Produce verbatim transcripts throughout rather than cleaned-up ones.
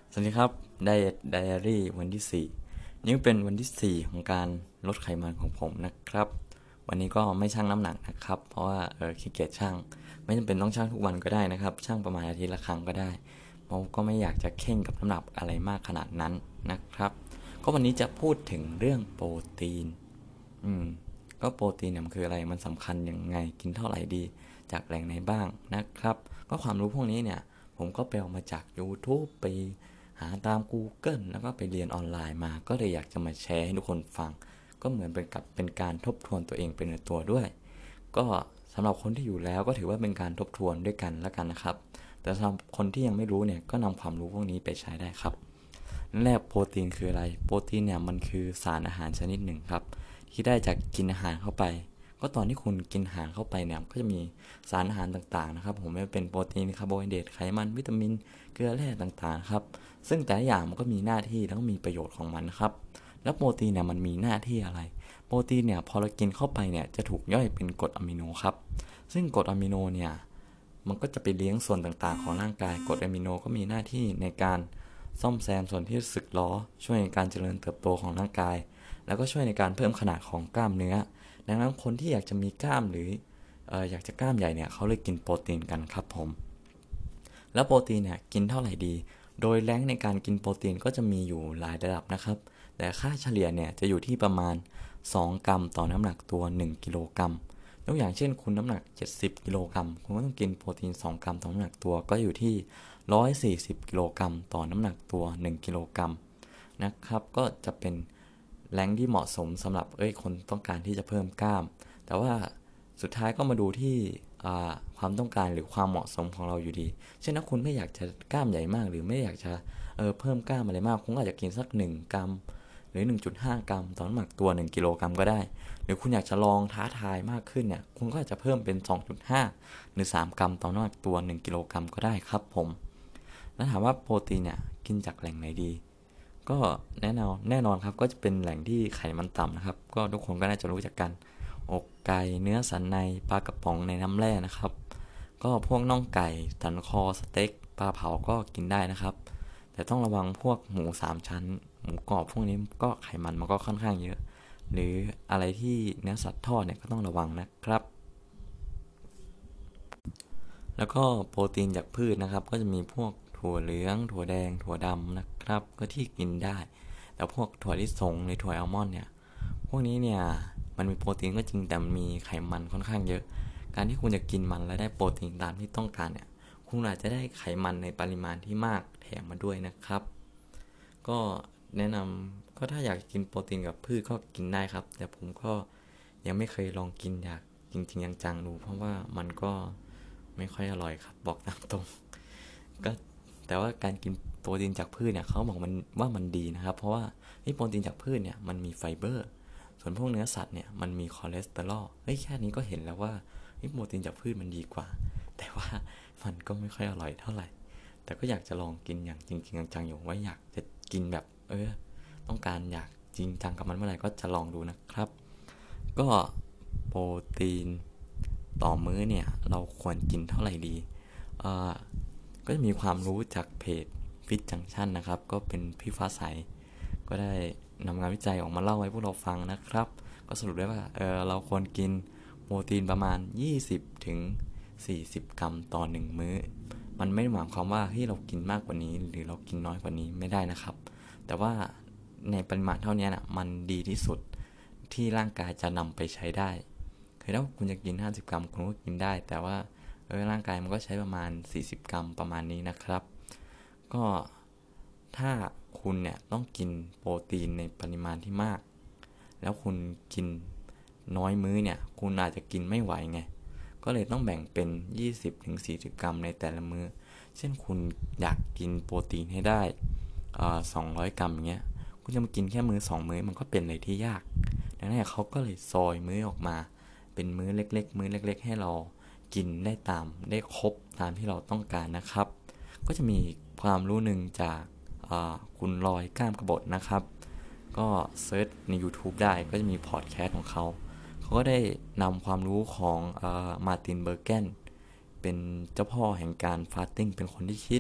สวัสดีครับไดเอทไดอารี่วันที่สี่นี่เป็นวันที่สี่ของการลดไขมันของผมนะครับวันนี้ก็ไม่ชั่งน้ำหนักนะครับเพราะว่าเออขี้เกียจชั่งไม่จำเป็นต้องชั่งทุกวันก็ได้นะครับชั่งประมาณอาทิตย์ละครั้งก็ได้เพราะก็ไม่อยากจะเข่งกับน้ำหนักอะไรมากขนาดนั้นนะครับก็วันนี้จะพูดถึงเรื่องโปรตีนอืมก็โปรตีนเนี่ยมันคืออะไรมันสำคัญยังไงกินเท่าไหร่ดีจากแหล่งไหนบ้างนะครับก็ความรู้พวกนี้เนี่ยผมก็ไปเอามาจาก YouTube ไปหาตาม Google แล้วก็ไปเรียนออนไลน์มาก็เลยอยากจะมาแชร์ให้ทุกคนฟังก็เหมือนเป็นกับเป็นการทบทวนตัวเองเป็นตัวด้วยก็สำหรับคนที่อยู่แล้วก็ถือว่าเป็นการทบทวนด้วยกันแล้วกันนะครับแต่สำหรับคนที่ยังไม่รู้เนี่ยก็นำความรู้พวกนี้ไปใช้ได้ครับนั่นแหละโปรตีนคืออะไรโปรตีนเนี่ยมันคือสารอาหารชนิดหนึ่งครับที่ได้จากกินอาหารเข้าไปก็ตอนที่คุณกินอาหารเข้าไปเนี่ยก็จะมีสารอาหารต่างๆนะครับผมไม่ว่าเป็นโปรตีนคาร์โบไฮเดรตไขมันวิตามินเกลือแร่ต่างๆครับซึ่งแต่ละอย่างมันก็มีหน้าที่แล้วก็มีประโยชน์ของมันนะครับแล้วโปรตีนเนี่ยมันมีหน้าที่อะไรโปรตีนเนี่ยพอเรากินเข้าไปเนี่ยจะถูกย่อยเป็นกรดอะมิโนครับซึ่งกรดอะมิโนเนี่ยมันก็จะไปเลี้ยงส่วนต่างๆของร่างกายกรดอะมิโนก็มีหน้าที่ในการซ่อมแซมส่วนที่สึกหรอช่วยในการเจริญเติบโตของร่างกายแล้วก็ช่วยในการเพิ่มขนาดของกล้ามเนื้อดังนั้นคนที่อยากจะมีกล้ามหรือเอออยากจะกล้ามใหญ่เนี่ยเขาเลยกินโปรตีนกันครับผมแล้วโปรตีนเนี่ยกินเท่าไหร่ดีโดยแรงในการกินโปรตีนก็จะมีอยู่หลายระดับนะครับแต่ค่าเฉลี่ยเนี่ยจะอยู่ที่ประมาณสองกรัมต่อน้ำหนักตัวหนึ่งกิโลกรัมยกอย่างเช่นคุณน้ำหนักเจ็ดสิบกิโลกรัมคุณก็ต้องกินโปรตีนสองกรัมต่อน้ำหนักตัวก็อยู่ที่หนึ่งร้อยสี่สิบกิโลกรัมต่อน้ำหนักตัวหนึ่งกิโลกรัมนะครับก็จะเป็นแรงที่เหมาะสมสำหรับเอ้ยคนต้องการที่จะเพิ่มกล้ามแต่ว่าสุดท้ายก็มาดูที่ความต้องการหรือความเหมาะสมของเราอยู่ดีเช่นถ้าคุณไม่อยากจะกล้ามใหญ่มากหรือไม่อยากจะเออเพิ่มกล้ามอะไรมากคุณก็อาจจะกินสักหนึ่งกรัมหรือ หนึ่งจุดห้า กรัมต่อน้ำหนักตัวหนึ่งกิโลกรัมก็ได้หรือคุณอยากจะลองท้าทายมากขึ้นเนี่ยคุณก็อาจจะเพิ่มเป็น สองจุดห้า หรือสามกรัมต่อน้ำหนักตัวหนึ่งกิโลกรัมก็ได้ครับผมแล้วถามว่าโปรตีนเนี่ยกินจากแหล่งไหนดีก็แน่นอนแน่นอนครับก็จะเป็นแหล่งที่ไขมันต่ำนะครับก็ทุกคนก็น่าจะรู้จักกันอกไก่เนื้อสันในปลากระป๋องในน้ำแร่นะครับก็พวกน่องไก่สันคอสเต็กปลาเผาก็กินได้นะครับแต่ต้องระวังพวกหมูสามชั้นหมูกรอบพวกนี้ก็ไขมันมันก็ค่อนข้างเยอะหรืออะไรที่เนื้อสัตว์ทอดเนี่ยก็ต้องระวังนะครับแล้วก็โปรตีนจากพืชนะครับก็จะมีพวกถั่วเหลืองถั่วแดงถั่วดำนะครับก็ที่กินได้แต่พวกถั่วลิสงหรือถั่วอัลมอนด์เนี่ยพวกนี้เนี่ยมันมีโปรตีนก็จริงแต่มันมีไขมันค่อนข้างเยอะการที่คุณจะกินมันและได้โปรตีนตามที่ต้องการเนี่ยคุณอาจจะได้ไขมันในปริมาณที่มากแถมมาด้วยนะครับก็แนะนำก็ถ้าอยากกินโปรตีนกับพืชก็กินได้ครับแต่ผมก็ยังไม่เคยลองกินอยากจริงๆจังๆดูเพราะว่ามันก็ไม่ค่อยอร่อยครับบอกตามตรงก็แต่ว่าการกินโปรตีนจากพืชเนี่ยเขาบอกมันว่ามันดีนะครับเพราะว่าโปรตีนจากพืชเนี่ยมันมีไฟเบอร์ส่วนพวกเนื้อสัตว์เนี่ยมันมีคอเลสเตอรอลเฮ้ยแค่นี้ก็เห็นแล้วว่าโปรตีนจากพืชมันดีกว่าแต่ว่ามันก็ไม่ค่อยอร่อยเท่าไหร่แต่ก็อยากจะลองกินอย่างจริงๆจังๆอยู่ว่าอยากจะกินแบบเออต้องการอยากจริงจังกับมันเมื่อไหร่ก็จะลองดูนะครับก็โปรตีนต่อมื้อเนี่ยเราควรกินเท่าไหร่ดีอ่าก็จะมีความรู้จากเพจฟิตจังชั่นนะครับก็เป็นพี่ฟ้าใสก็ได้นำงานวิจัยออกมาเล่าให้พวกเราฟังนะครับก็สรุปได้ว่าเออเราควรกินโปรตีนประมาณยี่สิบถึงสี่สิบกรัมต่อหนึ่งมื้อมันไม่ได้หมายความว่าเฮ้ยเรากินมากกว่านี้หรือเรากินน้อยกว่านี้ไม่ได้นะครับแต่ว่าในปริมาณเท่านี้นะมันดีที่สุดที่ร่างกายจะนำไปใช้ได้คือถ้าคุณจะกินห้าสิบกรัมคุณก็กินได้แต่ว่าเออร่างกายมันก็ใช้ประมาณสี่สิบกรัมประมาณนี้นะครับก็ถ้าคุณเนี่ยต้องกินโปรตีนในปริมาณที่มากแล้วคุณกินน้อยมื้อเนี่ยคุณอาจจะกินไม่ไหวไงก็เลยต้องแบ่งเป็นยี่สิบถึงสี่สิบกรัมในแต่ละมื้อเช่นคุณอยากกินโปรตีนให้ได้สองร้อยกรัมอย่างเงี้ยคุณจะมากินแค่มื้อสองมื้อมันก็เป็นอะไรที่ยากดังนั้นเขาก็เลยซอยมื้อออกมาเป็นมื้อเล็กๆมื้อเล็กๆให้เรากินได้ตามได้ครบตามที่เราต้องการนะครับก็จะมีความรู้หนึ่งจากคุณลอยก้ามกบฏนะครับก็เซิร์ชใน YouTube ได้ก็จะมีพอดแคสต์ของเขาเขาก็ได้นำความรู้ของมาร์ตินเบอร์แกนเป็นเจ้าพ่อแห่งการฟาสติ้งเป็นคนที่คิด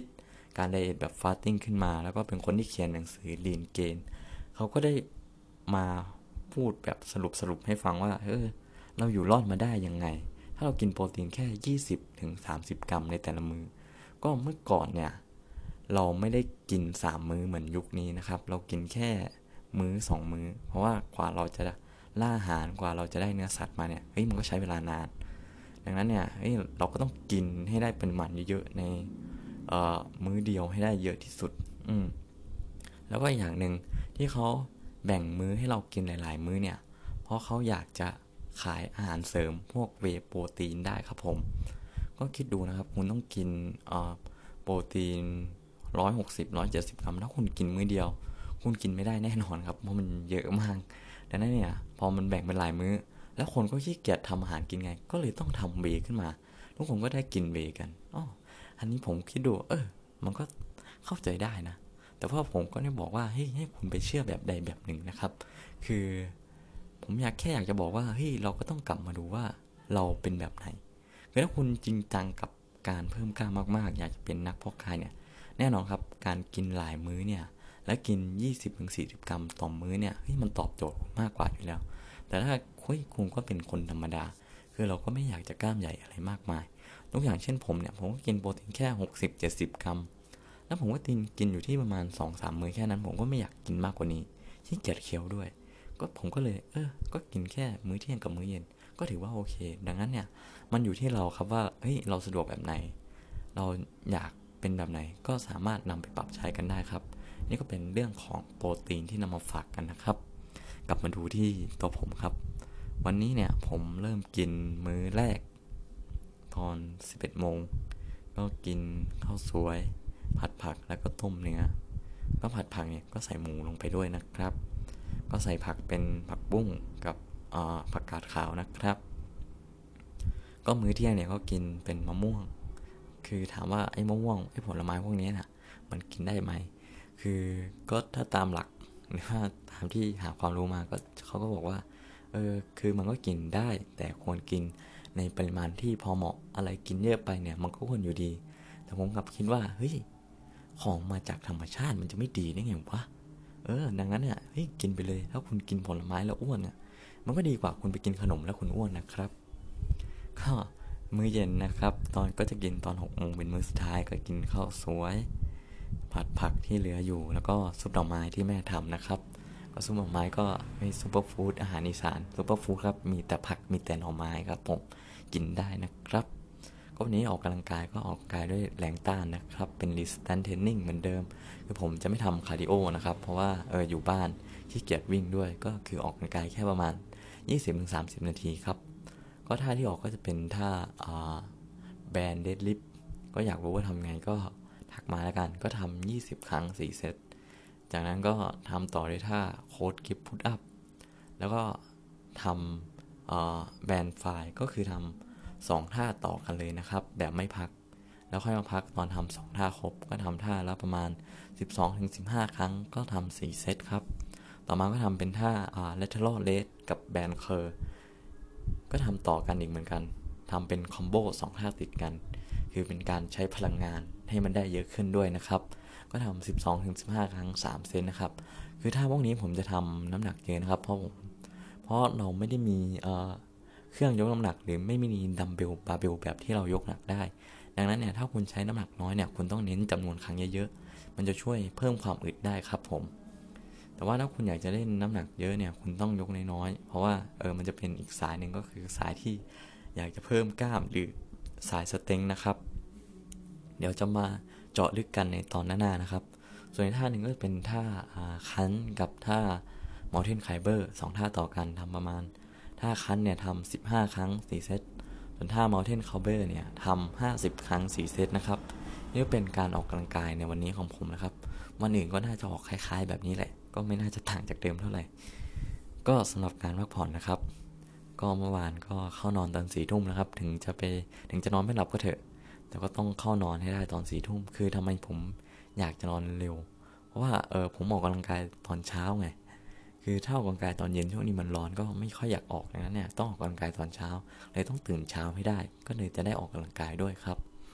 การไดเอทแบบฟาสติ้งขึ้นมาแล้วก็เป็นคนที่เขียนหนังสือ Lean Gain เขาก็ได้มาพูดแบบสรุปสรุปให้ฟังว่าเออเราอยู่รอดมาได้ยังไงถ้าเรากินโปรตีนแค่ ยี่สิบถึงสามสิบ กรัมในแต่ละมื้อก็เมื่อก่อนเนี่ยเราไม่ได้กินสามมื้อเหมือนยุคนี้นะครับเรากินแค่มื้อสองมื้อเพราะว่ากว่าเราจะล่าอาหารกว่าเราจะได้เนื้อสัตว์มาเนี่ยเฮ้ยมันก็ใช้เวลานานดังนั้นเนี่ยเฮ้ยเราก็ต้องกินให้ได้ปริมาณเยอะๆในเอ่อมื้อเดียวให้ได้เยอะที่สุดอืมแล้วก็อย่างหนึ่งที่เขาแบ่งมื้อให้เรากินหลายๆมื้อเนี่ยเพราะเขาอยากจะขายอาหารเสริมพวกเวย์โปรตีนได้ครับผมก็คิดดูนะครับคุณต้องกินเอ่อโปรตีนร้อยหกสิบ ร้อยเจ็ดสิบกรัมถ้าคุณกินมื้อเดียวคุณกินไม่ได้แน่นอนครับเพราะมันเยอะมากดังนั้นเนี่ยพอมันแบ่งเป็นหลายมื้อแล้วคนก็ขี้เกียจทำอาหารกินไงก็เลยต้องทำเวย์ขึ้นมาทุกคนก็ได้กินเวย์กันอ๋ออันนี้ผมคิดดูเออมันก็เข้าใจได้นะแต่ว่าผมก็ได้บอกว่าเฮ้ยให้คุณไปเชื่อแบบใดแบบหนึ่งนะครับคือผมอยากแค่อยากจะบอกว่าเฮ้ยเราก็ต้องกลับมาดูว่าเราเป็นแบบไหนคือถ้าคุณจริงจังกับการเพิ่มกล้ามมากๆอยากจะเป็นนักเพาะกายเนี่ยแน่นอนครับการกินหลายมื้อเนี่ยและกิน ยี่สิบถึงสี่สิบ กรัมต่อมื้อเนี่ยเฮ้ยมันตอบโจทย์มากกว่าอยู่แล้วแต่ถ้าคุยคุณก็เป็นคนธรรมดาคือเราก็ไม่อยากจะกล้ามใหญ่อะไรมากมายยกอย่างเช่นผมเนี่ยผมก็กินโปรตีนแค่หกสิบ เจ็ดสิบ กรัมแล้วผมก็กินกินอยู่ที่ประมาณ สองถึงสาม มื้อแค่นั้นผมก็ไม่อยากกินมากกว่านี้ขี้เกียจเคี้ยวด้วยก็ผมก็เลยเออก็กินแค่มื้อเที่ยงกับมื้อเย็นก็ถือว่าโอเคดังนั้นเนี่ยมันอยู่ที่เราครับว่าเฮ้ยเราสะดวกแบบไหนเราอยากเป็นแบบไหนก็สามารถนำไปปรับใช้กันได้ครับนี่ก็เป็นเรื่องของโปรตีนที่นำมาฝากกันนะครับกลับมาดูที่ตัวผมครับวันนี้เนี่ยผมเริ่มกินมื้อแรกตอน สิบเอ็ด โมงก็กินข้าวสวยผัดผักแล้วก็ต้มเนื้อก็ผัดผักเนี่ยก็ใส่หมูลงไปด้วยนะครับก็ใส่ผักเป็นผักบุ้งกับผักกาดขาวนะครับก็มื้อเที่ยงเนี่ยก็กินเป็นมะม่วงคือถามว่าไอ้มะม่วงไอ้ผลไม้พวกนี้น่ะมันกินได้ไหมคือก็ถ้าตามหลักหรือว่าตามที่หาความรู้มาก็เขาก็บอกว่าเออคือมันก็กินได้แต่ควรกินในปริมาณที่พอเหมาะอะไรกินเยอะไปเนี่ยมันก็ควรอยู่ดีแต่ผมกลับคิดว่าเฮ้ยของมาจากธรรมชาติมันจะไม่ดีได้ไงวะเออดังนั้นเนี่ยเฮ้ยกินไปเลยถ้าคุณกินผลไม้แล้วอ้วนเนี่ยมันก็ดีกว่าคุณไปกินขนมแล้วคุณอ้วนนะครับก็มื้อเย็นนะครับตอนก็จะกินตอนหกโมงเป็นมื้อสุดท้ายก็กินข้าวสวยผัดผักที่เหลืออยู่แล้วก็ซุปดอกไม้ที่แม่ทำนะครับก็ซุปดอกไม้ก็ไม่ซุปเปอร์ฟู้ดอาหารอีสานซุปเปอร์ฟู้ดครับมีแต่ผักมีแต่หน่อไม้ครับผมกินได้นะครับก็วันนี้ออกกำลังกายก็ออกกำลังกายด้วยแรงต้านนะครับเป็น resistance training เหมือนเดิมคือผมจะไม่ทำคาร์ดิโอนะครับเพราะว่าเอออยู่บ้านขี้เกียจวิ่งด้วยก็คือออกกำลังกายแค่ประมาณ ยี่สิบถึงสามสิบ นาทีครับก็ท่าที่ออกก็จะเป็นท่าแบนเดดลิฟต์ก็อยากรู้ว่าทำไงก็ทักมาแล้วกันก็ทำยี่สิบครั้งสี่เซตจากนั้นก็ทำต่อด้วยท่าโค้ดกิฟพุทอัพแล้วก็ทำแบนไฟก็คือทำสองท่าต่อกันเลยนะครับแบบไม่พักแล้วค่อยมาพักตอนทำสองท่าครบก็ทำท่าละประมาณ สิบสองถึงสิบห้า ครั้งก็ทำสี่เซตครับต่อมาก็ทำเป็นท่า lateral raise กับแบนเคอร์ก็ทำต่อกันอีกเหมือนกันทำเป็นคอมโบสองท่าติดกันคือเป็นการใช้พลังงานให้มันได้เยอะขึ้นด้วยนะครับก็ทำ สิบสองถึงสิบห้า ครั้งสามเซตนะครับคือท่าพวกนี้ผมจะทำน้ำหนักเยอะนะครับเพราะผมเพราะเราไม่ได้มีเอ่อเครื่องยกน้ำหนักหรือไม่มีดัมเบลบาร์เบลแบบที่เรายกหนักได้ดังนั้นเนี่ยถ้าคุณใช้น้ำหนักน้อยเนี่ยคุณต้องเน้นจำนวนครั้งเยอะๆมันจะช่วยเพิ่มความอึดได้ครับผมแต่ว่าถ้าคุณอยากจะเล่นน้ำหนักเยอะเนี่ยคุณต้องยกน้อยๆเพราะว่าเออมันจะเป็นอีกสายหนึ่งก็คือสายที่อยากจะเพิ่มกล้ามหรือสายสเต็งนะครับเดี๋ยวจะมาเจาะลึกกันในตอนหน้าๆนะครับส่วนท่าหนึ่งก็เป็นท่าคันกับท่า Mountain Climber สองท่าต่อกันทำประมาณท่าคันเนี่ยทำสิบห้าครั้งสี่เซตส่วนท่า Mountain Climber เนี่ยทำห้าสิบครั้งสี่เซตนะครับนี่เป็นการออกกำลังกายในวันนี้ของผมนะครับวันอื่นก็น่าจะออกคล้ายๆแบบนี้แหละก็ไม่น่าจะต่างจากเดิมเท่าไหร่ก็สำหรับการพักผ่อนนะครับก็เมื่อวานก็เข้านอนตอนสี่ทุ่มนะครับถึงจะไปถึงจะนอนไม่หลับก็เถอะแต่ก็ต้องเข้านอนให้ได้ตอนสี่ทุ่มคือทำไมผมอยากจะนอนเร็วเพราะว่าเออผมออกกำลังกายตอนเช้าไงคือถ้าออกกำลังกายตอนเย็นช่วงนี้มันร้อนก็ไม่ค่อยอยากออกดังนั้นเนี่ยต้องออกกำลังกายตอนเช้าเลยต้องตื่นเช้าให้ได้ก็เลยจะได้ออกกำลังกายด้วยครับ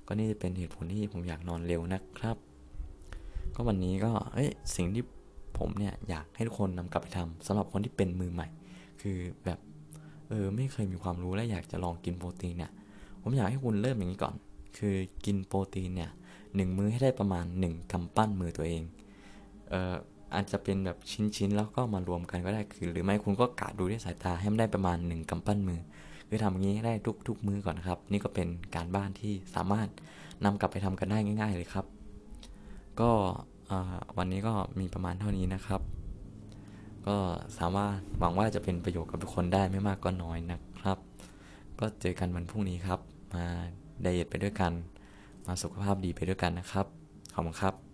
ก็นี่จะเป็นเหตุผลที่ผมอยากนอนเร็วนะครับก็วันนี้ก็เอ้ยสิ่งที่ผมเนี่ยอยากให้ทุกคนนำกลับไปทำสำหรับคนที่เป็นมือใหม่คือแบบเออไม่เคยมีความรู้และอยากจะลองกินโปรตีนเนี่ยผมอยากให้คุณเริ่มอย่างนี้ก่อนคือกินโปรตีนเนี่ยหนึ่งมื้อให้ได้ประมาณหนึ่งกำปั้นมือตัวเองเอ่ออาจจะเป็นแบบชิ้นๆแล้วก็มารวมกันก็ได้คือหรือไม่คุณก็กะดูด้วยสายตาให้มันได้ประมาณหนึ่งกำปั้นมือคือทำอย่างนี้ให้ได้ทุกๆมื้อก่อนนะครับนี่ก็เป็นการบ้านที่สามารถนำกลับไปทำกันได้ง่ายๆเลยครับก็วันนี้ก็มีประมาณเท่านี้นะครับก็สามารถหวังว่าจะเป็นประโยชน์กับทุกคนได้ไม่มากก็น้อยนะครับก็เจอกันวันพรุ่งนี้ครับมาไดเอทไปด้วยกันมาสุขภาพดีไปด้วยกันนะครับขอบคุณครับ